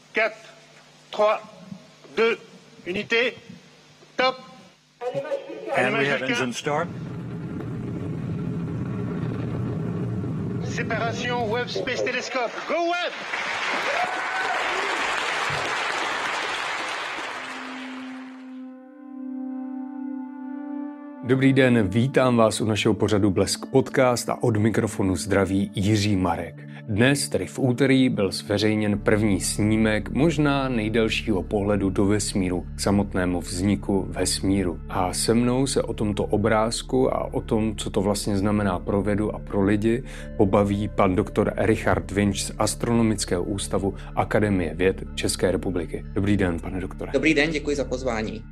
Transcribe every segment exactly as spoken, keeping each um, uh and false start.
quatre, trois, deux, unité, top. And we have engine start. Séparation Webb Space Telescope. Go Webb! Dobrý den, vítám vás u našeho pořadu Blesk Podcast a od mikrofonu zdraví Jiří Marek. Dnes, tedy v úterý, byl zveřejněn první snímek možná nejdelšího pohledu do vesmíru k samotnému vzniku vesmíru. A se mnou se o tomto obrázku a o tom, co to vlastně znamená pro vědu a pro lidi, pobaví pan doktor Richard Winch z Astronomického ústavu Akademie věd České republiky. Dobrý den, pane doktore. Dobrý den, děkuji za pozvání.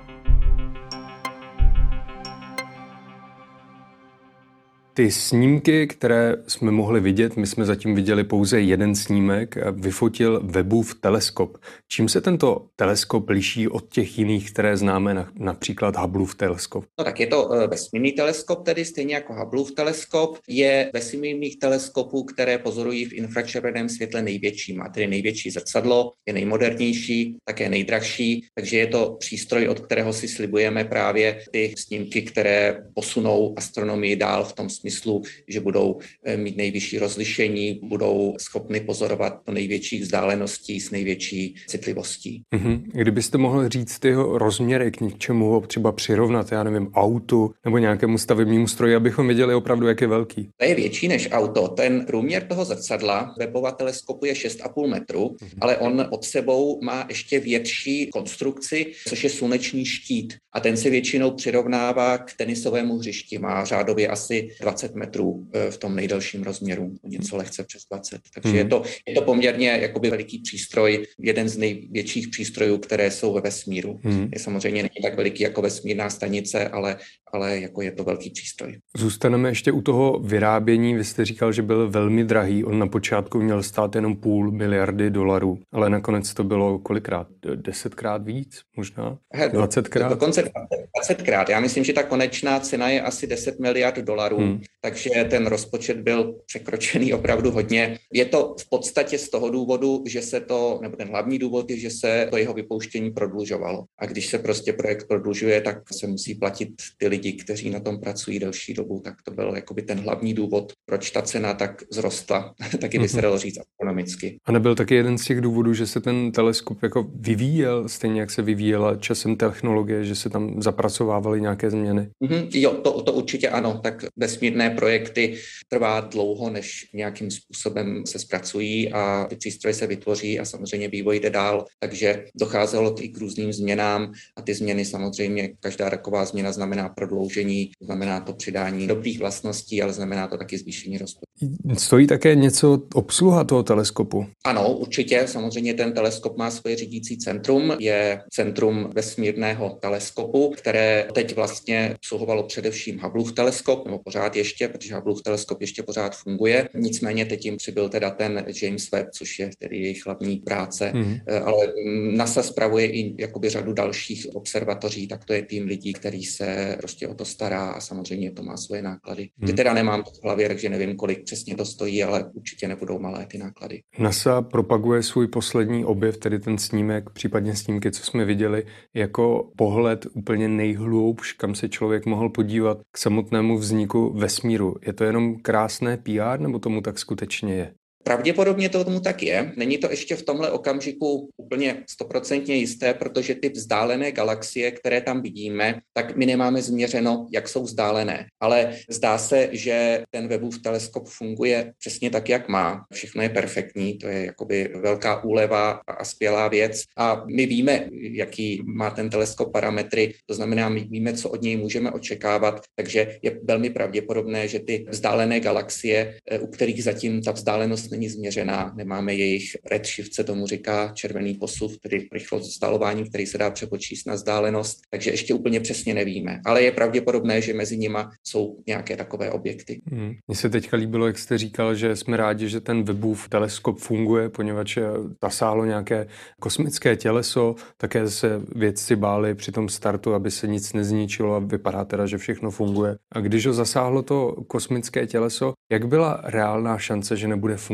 Ty snímky, které jsme mohli vidět, my jsme zatím viděli pouze jeden snímek, vyfotil Webbův teleskop. Čím se tento teleskop liší od těch jiných, které známe, například Hubbleův teleskop? No tak je to vesmírný teleskop, tedy stejně jako Hubbleův teleskop, je vesmírných teleskopů, které pozorují v infračerveném světle největší. Má tedy největší zrcadlo, je nejmodernější, také nejdražší, takže je to přístroj, od kterého si slibujeme právě ty snímky, které posunou astronomii dál v tom smyslu, smyslu, že budou mít nejvyšší rozlišení, budou schopny pozorovat do největších vzdáleností s největší citlivostí. Mm-hmm. Kdybyste mohl říct ty jeho rozměry, k něčemu ho třeba přirovnat, já nevím, autu nebo nějakému stavebnímu stroji, abychom viděli opravdu, jak je velký. To je větší než auto. Ten průměr toho zrcadla Webbova teleskopu je šest a půl metru, mm-hmm. ale on pod sebou má ještě větší konstrukci, což je sluneční štít. A ten se většinou přirovnává k tenisovému hřišti. Má řádově asi dvacet metrů v tom nejdelším rozměru, něco lehce přes dvacet. Takže hmm. je, to, je to poměrně jakoby veliký přístroj, jeden z největších přístrojů, které jsou ve vesmíru. Hmm. Je samozřejmě není tak veliký jako vesmírná stanice, ale, ale jako je to velký přístroj. Zůstaneme ještě u toho vyrábění. Vy jste říkal, že byl velmi drahý. On na počátku měl stát jenom půl miliardy dolarů, ale nakonec to bylo kolikrát? Desetkrát víc? Možná? Dvacetkrát? Dokonce dvacetkrát. Já myslím, že ta konečná cena je asi deset miliard dolarů. Hmm. Takže ten rozpočet byl překročený opravdu hodně. Je to v podstatě z toho důvodu, že se to, nebo ten hlavní důvod je, že se to jeho vypouštění prodlužovalo. A když se prostě projekt prodlužuje, tak se musí platit ty lidi, kteří na tom pracují delší dobu. Tak to byl jakoby ten hlavní důvod, proč ta cena tak zrostla. Taky by se dalo říct astronomicky. A nebyl taky jeden z těch důvodů, že se ten teleskop jako vyvíjel, stejně jak se vyvíjela časem technologie, že se tam zapracovávaly nějaké změny? Mm-hmm, jo, to, to určitě ano. Tak vesmírné projekty trvá dlouho, než nějakým způsobem se zpracují a ty přístroje se vytvoří a samozřejmě vývoj jde dál, takže docházelo i k různým změnám a ty změny samozřejmě, každá taková změna znamená prodloužení, znamená to přidání dobrých vlastností, ale znamená to taky zvýšení rozpočtu. Stojí také něco obsluha toho teleskopu? Ano, určitě, samozřejmě ten teleskop má svoje řídící centrum, je centrum vesmírného teleskopu, které teď vlastně obsluhovalo především Hubbleův teleskop, nebo pořád ještě, protože Hubbleův teleskop ještě pořád funguje. Nicméně teď jim přibyl teda ten James Webb, což je tedy jejich hlavní práce, mm. ale NASA spravuje i jakoby řadu dalších observatoří, tak to je tým lidí, který se prostě o to stará a samozřejmě to má svoje náklady. Mm. Ty teda nemám to v hlavě, takže nevím, kolik přesně to stojí, ale určitě nebudou malé ty náklady. NASA propaguje svůj poslední objev, tedy ten snímek, případně snímky, co jsme viděli, jako pohled úplně nejhloubš, kam se člověk mohl podívat k samotnému vzniku vesmíru. Je to jenom krásné P R, nebo tomu tak skutečně je? Pravděpodobně to tomu tak je. Není to ještě v tomhle okamžiku úplně stoprocentně jisté, protože ty vzdálené galaxie, které tam vidíme, tak my nemáme změřeno, jak jsou vzdálené. Ale zdá se, že ten Webbův teleskop funguje přesně tak, jak má. Všechno je perfektní, to je jakoby velká úleva a skvělá věc. A my víme, jaký má ten teleskop parametry, to znamená, my víme, co od něj můžeme očekávat, takže je velmi pravděpodobné, že ty vzdálené galaxie, u kterých zatím ta vzdálenost není změřená, nemáme jejich redshift, se tomu říká, červený posuv, tedy rychlost vzdalování, který se dá přepočíst na vzdálenost, takže ještě úplně přesně nevíme. Ale je pravděpodobné, že mezi nima jsou nějaké takové objekty. Hmm. Mně se teďka líbilo, jak jste říkal, že jsme rádi, že ten Webbův teleskop funguje, poněvadž zasáhlo nějaké kosmické těleso, také se vědci báli při tom startu, aby se nic nezničilo a vypadá teda, že všechno funguje. A když ho zasáhlo to kosmické těleso, jak byla reálná šance, že nebude fungovat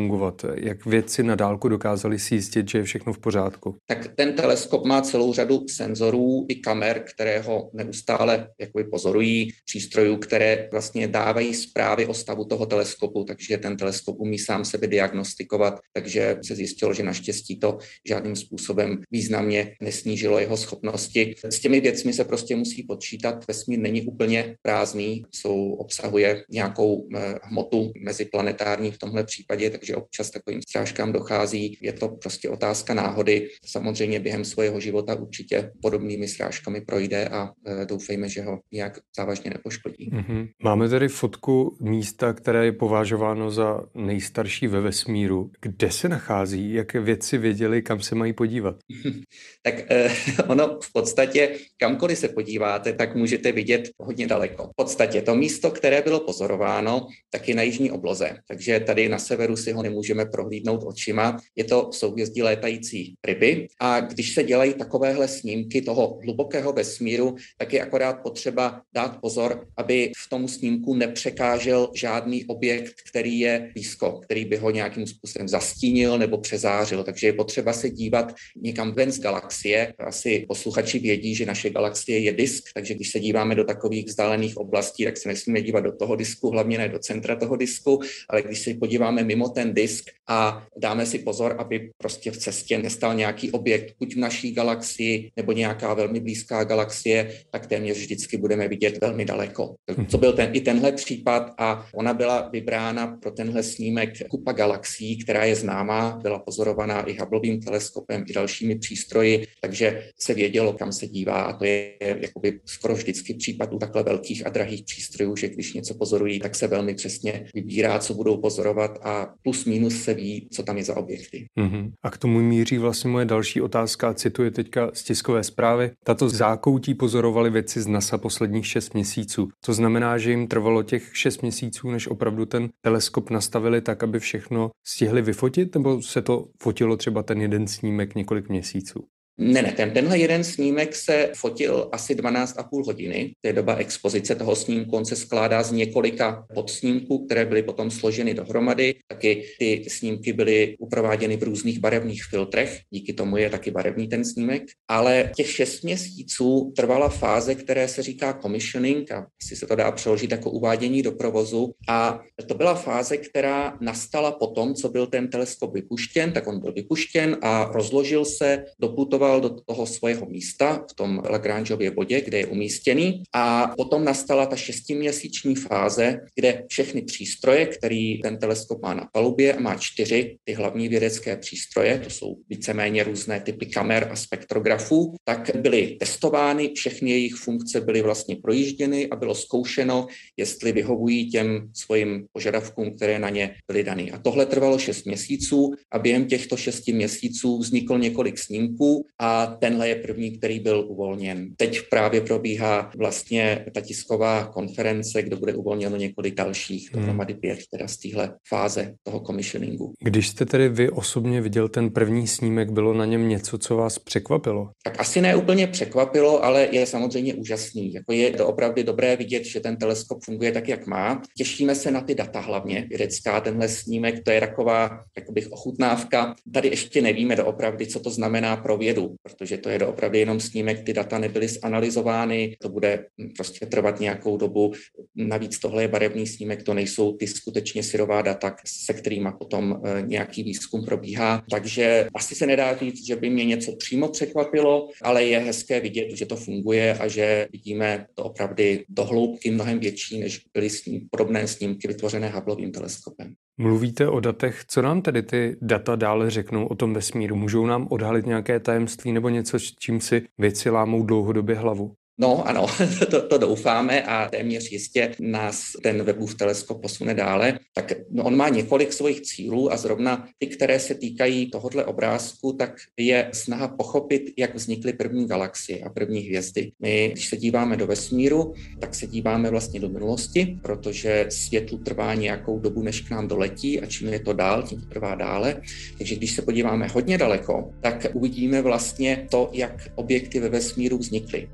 fungovat? Jak vědci na dálku dokázali si jistit, že je všechno v pořádku? Tak ten teleskop má celou řadu senzorů i kamer, které ho neustále jakoby pozorují, přístrojů, které vlastně dávají zprávy o stavu toho teleskopu, takže ten teleskop umí sám sebe diagnostikovat, takže se zjistilo, že naštěstí to žádným způsobem významně nesnížilo jeho schopnosti. S těmi věcmi se prostě musí počítat, vesmír není úplně prázdný, jsou, obsahuje nějakou eh, hmotu meziplanetární v tomhle případě, takže občas takovým strážkám dochází. Je to prostě otázka náhody. Samozřejmě během svého života určitě podobnými srážkami projde a e, doufejme, že ho nějak závažně nepoškodí. Mm-hmm. Máme tady fotku místa, které je považováno za nejstarší ve vesmíru. Kde se nachází? Jak vědci věděli, kam se mají podívat? Tak e, ono v podstatě, kamkoliv se podíváte, tak můžete vidět hodně daleko. V podstatě to místo, které bylo pozorováno, tak je na jižní obloze. Takže tady na severu si ho nemůžeme prohlídnout očima. Je to v souhvězdí létající ryby. A když se dělají takovéhle snímky toho hlubokého vesmíru, tak je akorát potřeba dát pozor, aby v tom snímku nepřekážel žádný objekt, který je blízko, který by ho nějakým způsobem zastínil nebo přezářil. Takže je potřeba se dívat někam ven z galaxie. Asi posluchači vědí, že naše galaxie je disk, takže když se díváme do takových vzdálených oblastí, tak se nesmíme dívat do toho disku, hlavně ne do centra toho disku, ale když se podíváme mimo ten disk a dáme si pozor, aby prostě v cestě nestal nějaký objekt, buď v naší galaxii nebo nějaká velmi blízká galaxie, tak téměř vždycky budeme vidět velmi daleko. Co byl ten, i tenhle případ a ona byla vybrána pro tenhle snímek kupa galaxií, která je známá, byla pozorovaná i Hubbleovým teleskopem, i dalšími přístroji, takže se vědělo, kam se dívá a to je jakoby skoro vždycky případ u takhle velkých a drahých přístrojů, že když něco pozorují, tak se velmi přesně vybírá, co budou pozorovat a plus minus se ví, co tam je za objekty. Mm-hmm. A k tomu míří vlastně moje další otázka, cituji teďka z tiskové zprávy. Tato zákoutí pozorovali vědci z NASA posledních šest měsíců. To znamená, že jim trvalo těch šest měsíců, než opravdu ten teleskop nastavili tak, aby všechno stihli vyfotit, nebo se to fotilo třeba ten jeden snímek několik měsíců? Ne, ne, ten, tenhle jeden snímek se fotil asi dvanáct a půl hodiny. To je doba expozice toho snímku. On se skládá z několika podsnímků, které byly potom složeny dohromady. Taky ty snímky byly uprováděny v různých barevných filtrech. Díky tomu je taky barevný ten snímek. Ale těch šest měsíců trvala fáze, které se říká commissioning, a asi se to dá přeložit jako uvádění do provozu. A to byla fáze, která nastala potom, co byl ten teleskop vypuštěn, tak on byl vypuštěn a rozložil se, doputoval do toho svého místa v tom Lagrangeově bodě, kde je umístěný a potom nastala ta šestiměsíční fáze, kde všechny přístroje, který ten teleskop má na palubě a má čtyři ty hlavní vědecké přístroje, to jsou víceméně různé typy kamer a spektrografů, tak byly testovány, všechny jejich funkce byly vlastně projížděny a bylo zkoušeno, jestli vyhovují těm svým požadavkům, které na ně byly daný. A tohle trvalo šest měsíců a během těchto šesti měsíců vzniklo několik snímků a tenhle je první, který byl uvolněn. Teď právě probíhá vlastně ta tisková konference, kde bude uvolněno několik dalších, hmm. dohromady pět teda z téhle fáze toho commissioningu. Když jste tedy vy osobně viděl ten první snímek, bylo na něm něco, co vás překvapilo? Tak asi ne úplně překvapilo, ale je samozřejmě úžasný. Jako je to opravdu dobré vidět, že ten teleskop funguje tak, jak má. Těšíme se na ty data hlavně vědecká, tenhle snímek, to je taková jakoby ochutnávka. Tady ještě nevíme doopravdy, co to znamená pro vědu, protože to je doopravdy jenom snímek, ty data nebyly zanalyzovány, to bude prostě trvat nějakou dobu. Navíc tohle je barevný snímek, to nejsou ty skutečně syrová data, se kterými potom nějaký výzkum probíhá. Takže asi se nedá říct, že by mě něco přímo překvapilo, ale je hezké vidět, že to funguje a že vidíme to opravdu do hloubky mnohem větší, než byly sním, podobné snímky vytvořené Hubbleovým teleskopem. Mluvíte o datech, co nám tedy ty data dále řeknou o tom vesmíru? Můžou nám odhalit nějaké tajemství nebo něco, s čím si vědci lámou dlouhodobě hlavu? No ano, to, to doufáme a téměř jistě nás ten Webbův teleskop posune dále. Tak no, on má několik svých cílů a zrovna ty, které se týkají tohohle obrázku, tak je snaha pochopit, jak vznikly první galaxie a první hvězdy. My, když se díváme do vesmíru, tak se díváme vlastně do minulosti, protože světlu trvá nějakou dobu, než k nám doletí a čím je to dál, tím to trvá dále. Takže když se podíváme hodně daleko, tak uvidíme vlastně to, jak objekty ve vesmíru vznikly. Jak vznikly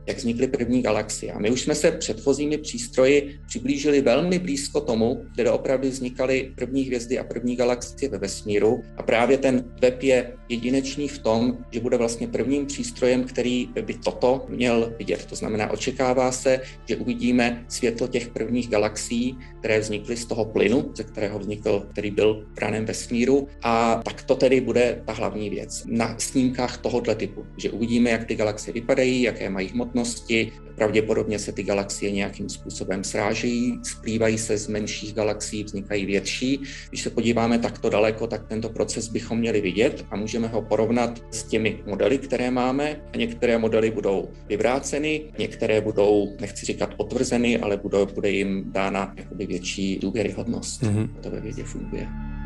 první galaxie. A my už jsme se předchozími přístroji přiblížili velmi blízko tomu, kde doopravdy vznikaly první hvězdy a první galaxie ve vesmíru. A právě ten web je jedinečný v tom, že bude vlastně prvním přístrojem, který by toto měl vidět. To znamená, očekává se, že uvidíme světlo těch prvních galaxií, které vznikly z toho plynu, ze kterého vznikl, který byl v raném vesmíru. A tak to tedy bude ta hlavní věc na snímkách tohoto typu, že uvidíme, jak ty galaxie vypadají, jaké mají hmotnosti. Pravděpodobně se ty galaxie nějakým způsobem srážejí, splývají se z menších galaxií, vznikají větší. Když se podíváme takto daleko, tak tento proces bychom měli vidět a můžeme ho porovnat s těmi modely, které máme. A některé modely budou vyvráceny, některé budou, nechci říkat potvrzeny, ale budou, bude jim dána jakoby větší důvěryhodnost. Mm-hmm. To ve vědě funguje.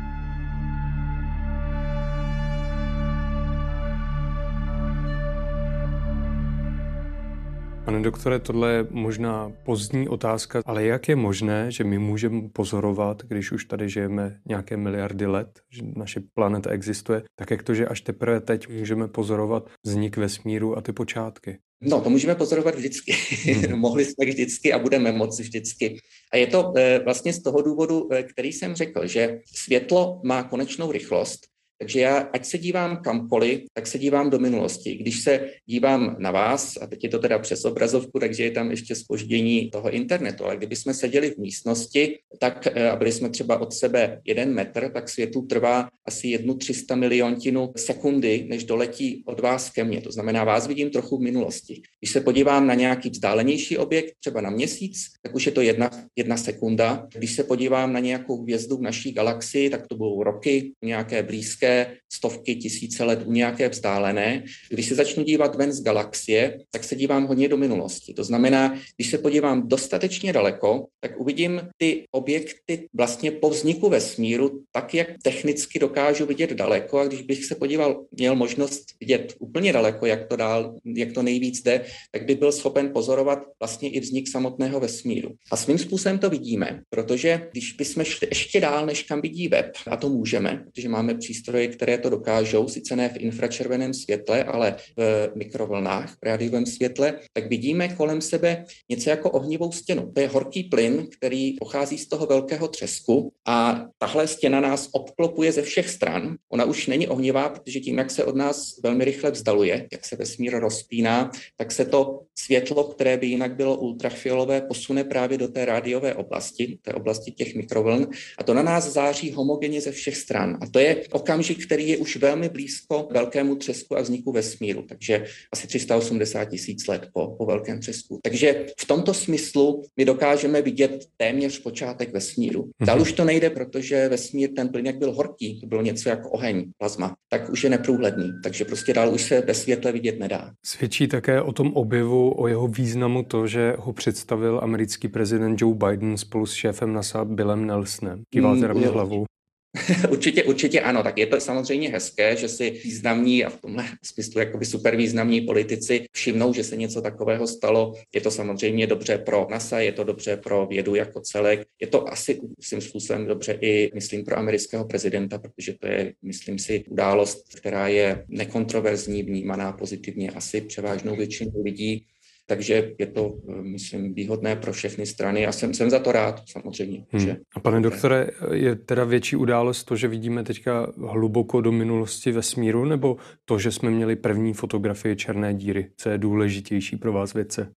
Pane doktore, tohle je možná pozdní otázka, ale jak je možné, že my můžeme pozorovat, když už tady žijeme nějaké miliardy let, že naše planeta existuje, tak jak to, že až teprve teď můžeme pozorovat vznik vesmíru a ty počátky? No, to můžeme pozorovat vždycky. Hmm. Mohli jsme vždycky a budeme moci vždycky. A je to e, vlastně z toho důvodu, e, který jsem řekl, že světlo má konečnou rychlost. Takže já, ať se dívám kamkoliv, tak se dívám do minulosti. Když se dívám na vás, a teď je to teda přes obrazovku, takže je tam ještě zpoždění toho internetu, ale kdybychom seděli v místnosti, tak a byli jsme třeba od sebe jeden metr, tak světlu trvá asi jednu tři sta miliontinu sekundy, než doletí od vás ke mně. To znamená, vás vidím trochu v minulosti. Když se podívám na nějaký vzdálenější objekt, třeba na měsíc, tak už je to jedna, jedna sekunda. Když se podívám na nějakou hvězdu v naší galaxii, tak to budou roky, nějaké blízké, stovky, tisíce let, u nějaké vzdálené. Když se začnu dívat ven z galaxie, tak se dívám hodně do minulosti. To znamená, když se podívám dostatečně daleko, tak uvidím ty objekty vlastně po vzniku vesmíru, tak, jak technicky dokážu vidět daleko. A když bych se podíval, měl možnost vidět úplně daleko, jak to dál, jak to nejvíc jde, tak by byl schopen pozorovat vlastně i vznik samotného vesmíru. A svým způsobem to vidíme, protože když bychom šli ještě dál, než kam vidí web, a to můžeme, protože máme přístroj, které to dokážou, sice ne v infračerveném světle, ale v mikrovlnách, v rádiovém světle, tak vidíme kolem sebe něco jako ohnivou stěnu. To je horký plyn, který pochází z toho velkého třesku a tahle stěna nás obklopuje ze všech stran. Ona už není ohnivá, protože tím, jak se od nás velmi rychle vzdaluje, jak se vesmír rozpíná, tak se to světlo, které by jinak bylo ultrafialové, posune právě do té rádiové oblasti, té oblasti těch mikrovln a to na nás září homogenně ze všech stran. A to je okamžik, který je už velmi blízko velkému třesku a vzniku vesmíru, takže asi tři sta osmdesát tisíc let po, po velkém třesku. Takže v tomto smyslu my dokážeme vidět téměř počátek vesmíru. Dál už to nejde, protože vesmír, ten plyn, jak byl horký, to bylo něco jako oheň, plazma, tak už je neprůhledný, takže prostě dál už se ve světle vidět nedá. Svědčí také o tom objevu, o jeho významu to, že ho představil americký prezident Joe Biden spolu s šéfem NASA Billem Nelsonem. Kýváte na mě hlavou? Určitě, určitě ano, tak je to samozřejmě hezké, že si významní a v tomhle smyslu jakoby super významní politici všimnou, že se něco takového stalo. Je to samozřejmě dobře pro NASA, je to dobře pro vědu jako celek. Je to asi svým způsobem dobře i, myslím, pro amerického prezidenta, protože to je, myslím si, událost, která je nekontroverzní, vnímaná pozitivně asi převážnou většinou lidí. Takže je to, myslím, výhodné pro všechny strany a jsem, jsem za to rád, samozřejmě. Hmm. Že... A pane doktore, je teda větší událost to, že vidíme teďka hluboko do minulosti vesmíru, nebo to, že jsme měli první fotografii černé díry? Co je důležitější pro vás vědce?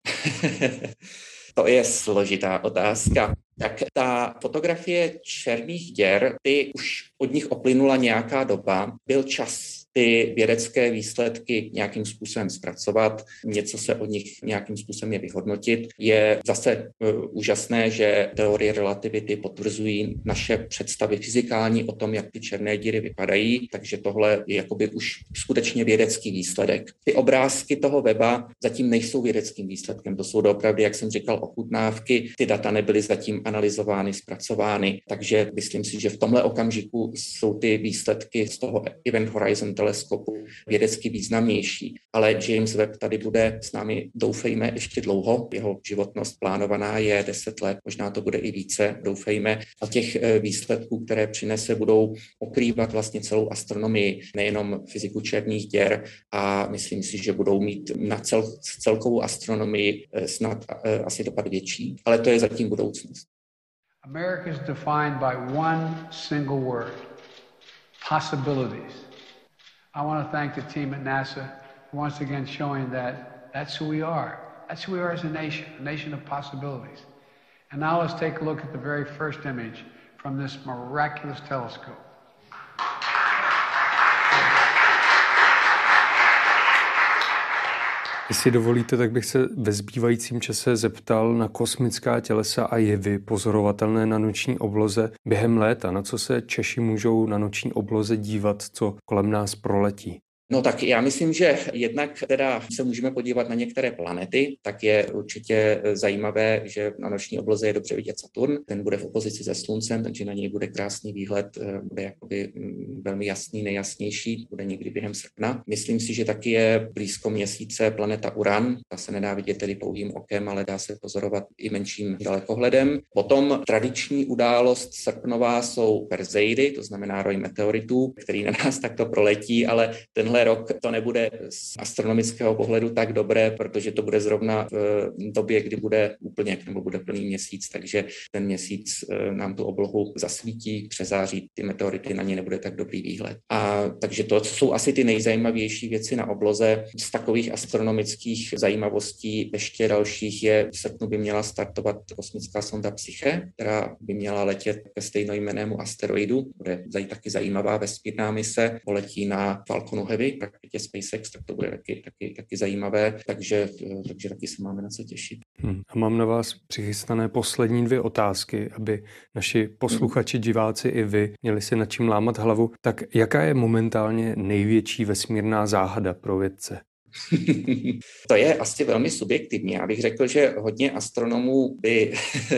To je složitá otázka. Tak ta fotografie černých děr, ty už od nich oplynula nějaká doba, byl čas ty vědecké výsledky nějakým způsobem zpracovat, něco se od nich nějakým způsobem je vyhodnotit. Je zase uh, úžasné, že teorie relativity potvrzují naše představy fyzikální o tom, jak ty černé díry vypadají, takže tohle je jakoby už skutečně vědecký výsledek. Ty obrázky toho weba zatím nejsou vědeckým výsledkem, to jsou doopravdy, jak jsem říkal, ochutnávky, ty data nebyly zatím analyzovány, zpracovány, takže myslím si, že v tomhle okamžiku jsou ty výsledky z toho Event Horizon Telescope teleskopu vědecky významnější. Ale James Webb tady bude s námi, doufejme, ještě dlouho. Jeho životnost plánovaná je deset let, možná to bude i více, doufejme. A těch výsledků, které přinese, budou pokrývat vlastně celou astronomii, nejenom fyziku černých děr, a myslím si, že budou mít na cel, celkovou astronomii snad asi dopad větší, ale to je zatím budoucnost. America is defined by one single word: possibilities. I want to thank the team at NASA for once again showing that that's who we are. That's who we are as a nation, a nation of possibilities. And now let's take a look at the very first image from this miraculous telescope. Jestli dovolíte, tak bych se ve zbývajícím čase zeptal na kosmická tělesa a jevy pozorovatelné na noční obloze během léta. Na co se Češi můžou na noční obloze dívat, co kolem nás proletí? No tak já myslím, že jednak teda se můžeme podívat na některé planety, tak je určitě zajímavé, že na noční obloze je dobře vidět Saturn, ten bude v opozici se Sluncem, takže na něj bude krásný výhled, bude jakoby velmi jasný, nejasnější, bude někdy během srpna. Myslím si, že taky je blízko Měsíce planeta Uran, ta se nedá vidět tedy pouhým okem, ale dá se pozorovat i menším dalekohledem. Potom tradiční událost srpnová jsou Perseidy, to znamená roj meteoritů, který na nás takto proletí, ale tenhle rok to nebude z astronomického pohledu tak dobré, protože to bude zrovna v době, kdy bude úplně, nebo bude plný měsíc, takže ten měsíc nám tu oblohu zasvítí, přezáří, ty meteority, na ně nebude tak dobrý výhled. A takže to jsou asi ty nejzajímavější věci na obloze. Z takových astronomických zajímavostí ještě dalších je, v srpnu by měla startovat kosmická sonda Psyche, která by měla letět ke stejnojmennému asteroidu, bude taky zajímavá vesmírná mise, poletí na Falconu Heavy, raketě SpaceX, tak to bude taky, taky, taky zajímavé, takže, takže taky se máme na co těšit. Hmm. A mám na vás přichystané poslední dvě otázky, aby naši posluchači, diváci i vy měli si nad čím lámat hlavu. Tak jaká je momentálně největší vesmírná záhada pro vědce? To je asi velmi subjektivní. Já bych řekl, že hodně astronomů by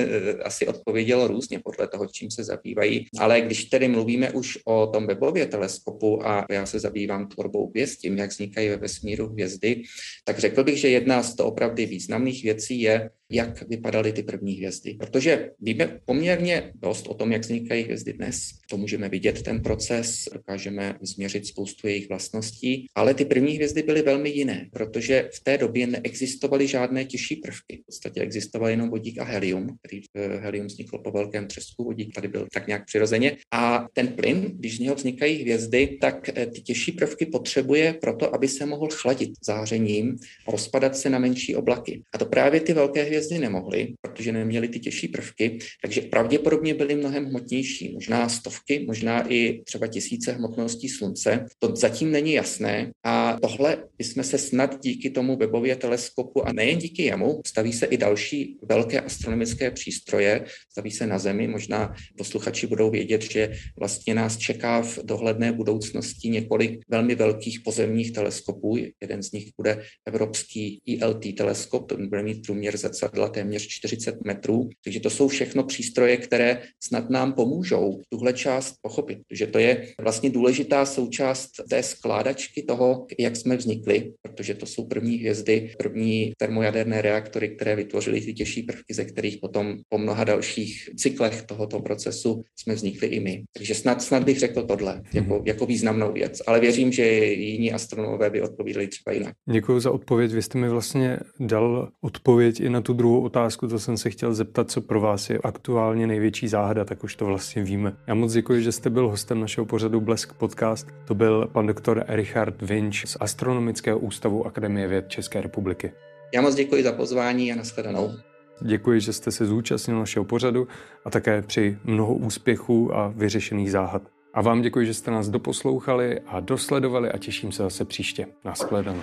asi odpovědělo různě podle toho, čím se zabývají. Ale když tedy mluvíme už o tom Webbově teleskopu a já se zabývám tvorbou hvězd, tím, jak vznikají ve vesmíru hvězdy, tak řekl bych, že jedna z to opravdu významných věcí je, jak vypadaly ty první hvězdy. Protože víme poměrně dost o tom, jak vznikají hvězdy dnes. To můžeme vidět, ten proces, dokážeme změřit spoustu jejich vlastností, ale ty první hvězdy byly velmi jiné, protože v té době neexistovaly žádné těžší prvky. V podstatě existoval jenom vodík a helium, který helium vzniklo po velkém třesku, vodík tady byl tak nějak přirozeně. A ten plyn, když z něho vznikají hvězdy, tak ty těžší prvky potřebuje proto, aby se mohl chladit zářením a rozpadat se na menší oblaky. A to právě ty velké hvězdy nemohly, protože neměly ty těžší prvky, takže pravděpodobně byly mnohem hmotnější, možná stovky, možná i třeba tisíce hmotností Slunce. To zatím není jasné a tohle bychom se snad díky tomu Webbově teleskopu a nejen díky jemu, staví se i další velké astronomické přístroje, staví se na Zemi, možná posluchači budou vědět, že vlastně nás čeká v dohledné budoucnosti několik velmi velkých pozemních teleskopů. Jeden z nich bude evropský E L T teleskop, to bude mít průměr zrcadla téměř čtyřicet metrů, takže to jsou všechno přístroje, které snad nám pomůžou tuhle část pochopit, že to je vlastně důležitá součást té skládačky toho, jak jsme vznikli, protože to jsou první hvězdy, první termojaderné reaktory, které vytvořily ty těžší prvky, ze kterých potom po mnoha dalších cyklech tohoto procesu jsme vznikli i my. Takže snad, snad bych řekl tohle jako, jako významnou věc, ale věřím, že jiní astronomové by odpovídali třeba jinak. Děkuji za odpověď. Vy jste mi vlastně dal odpověď i na tu druhou otázku, to jsem se chtěl zeptat, co pro vás je aktuálně největší záhada, tak už to vlastně víme. Já moc děkuji, že jste byl hostem našeho pořadu Blesk Podcast. To byl pan doktor Richard Vinč z Astronomického ústavu Akademie věd České republiky. Já moc děkuji za pozvání a nashledanou. Děkuji, že jste se zúčastnil našeho pořadu a také při mnoho úspěchů a vyřešených záhad. A vám děkuji, že jste nás doposlouchali a dosledovali a těším se zase příště. Nashledanou.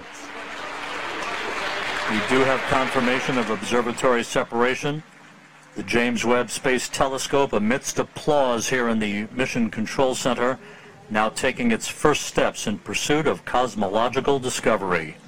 We do have confirmation of observatory separation. The James Webb Space Telescope, amidst applause here in the Mission Control Center, now taking its first steps in pursuit of cosmological discovery.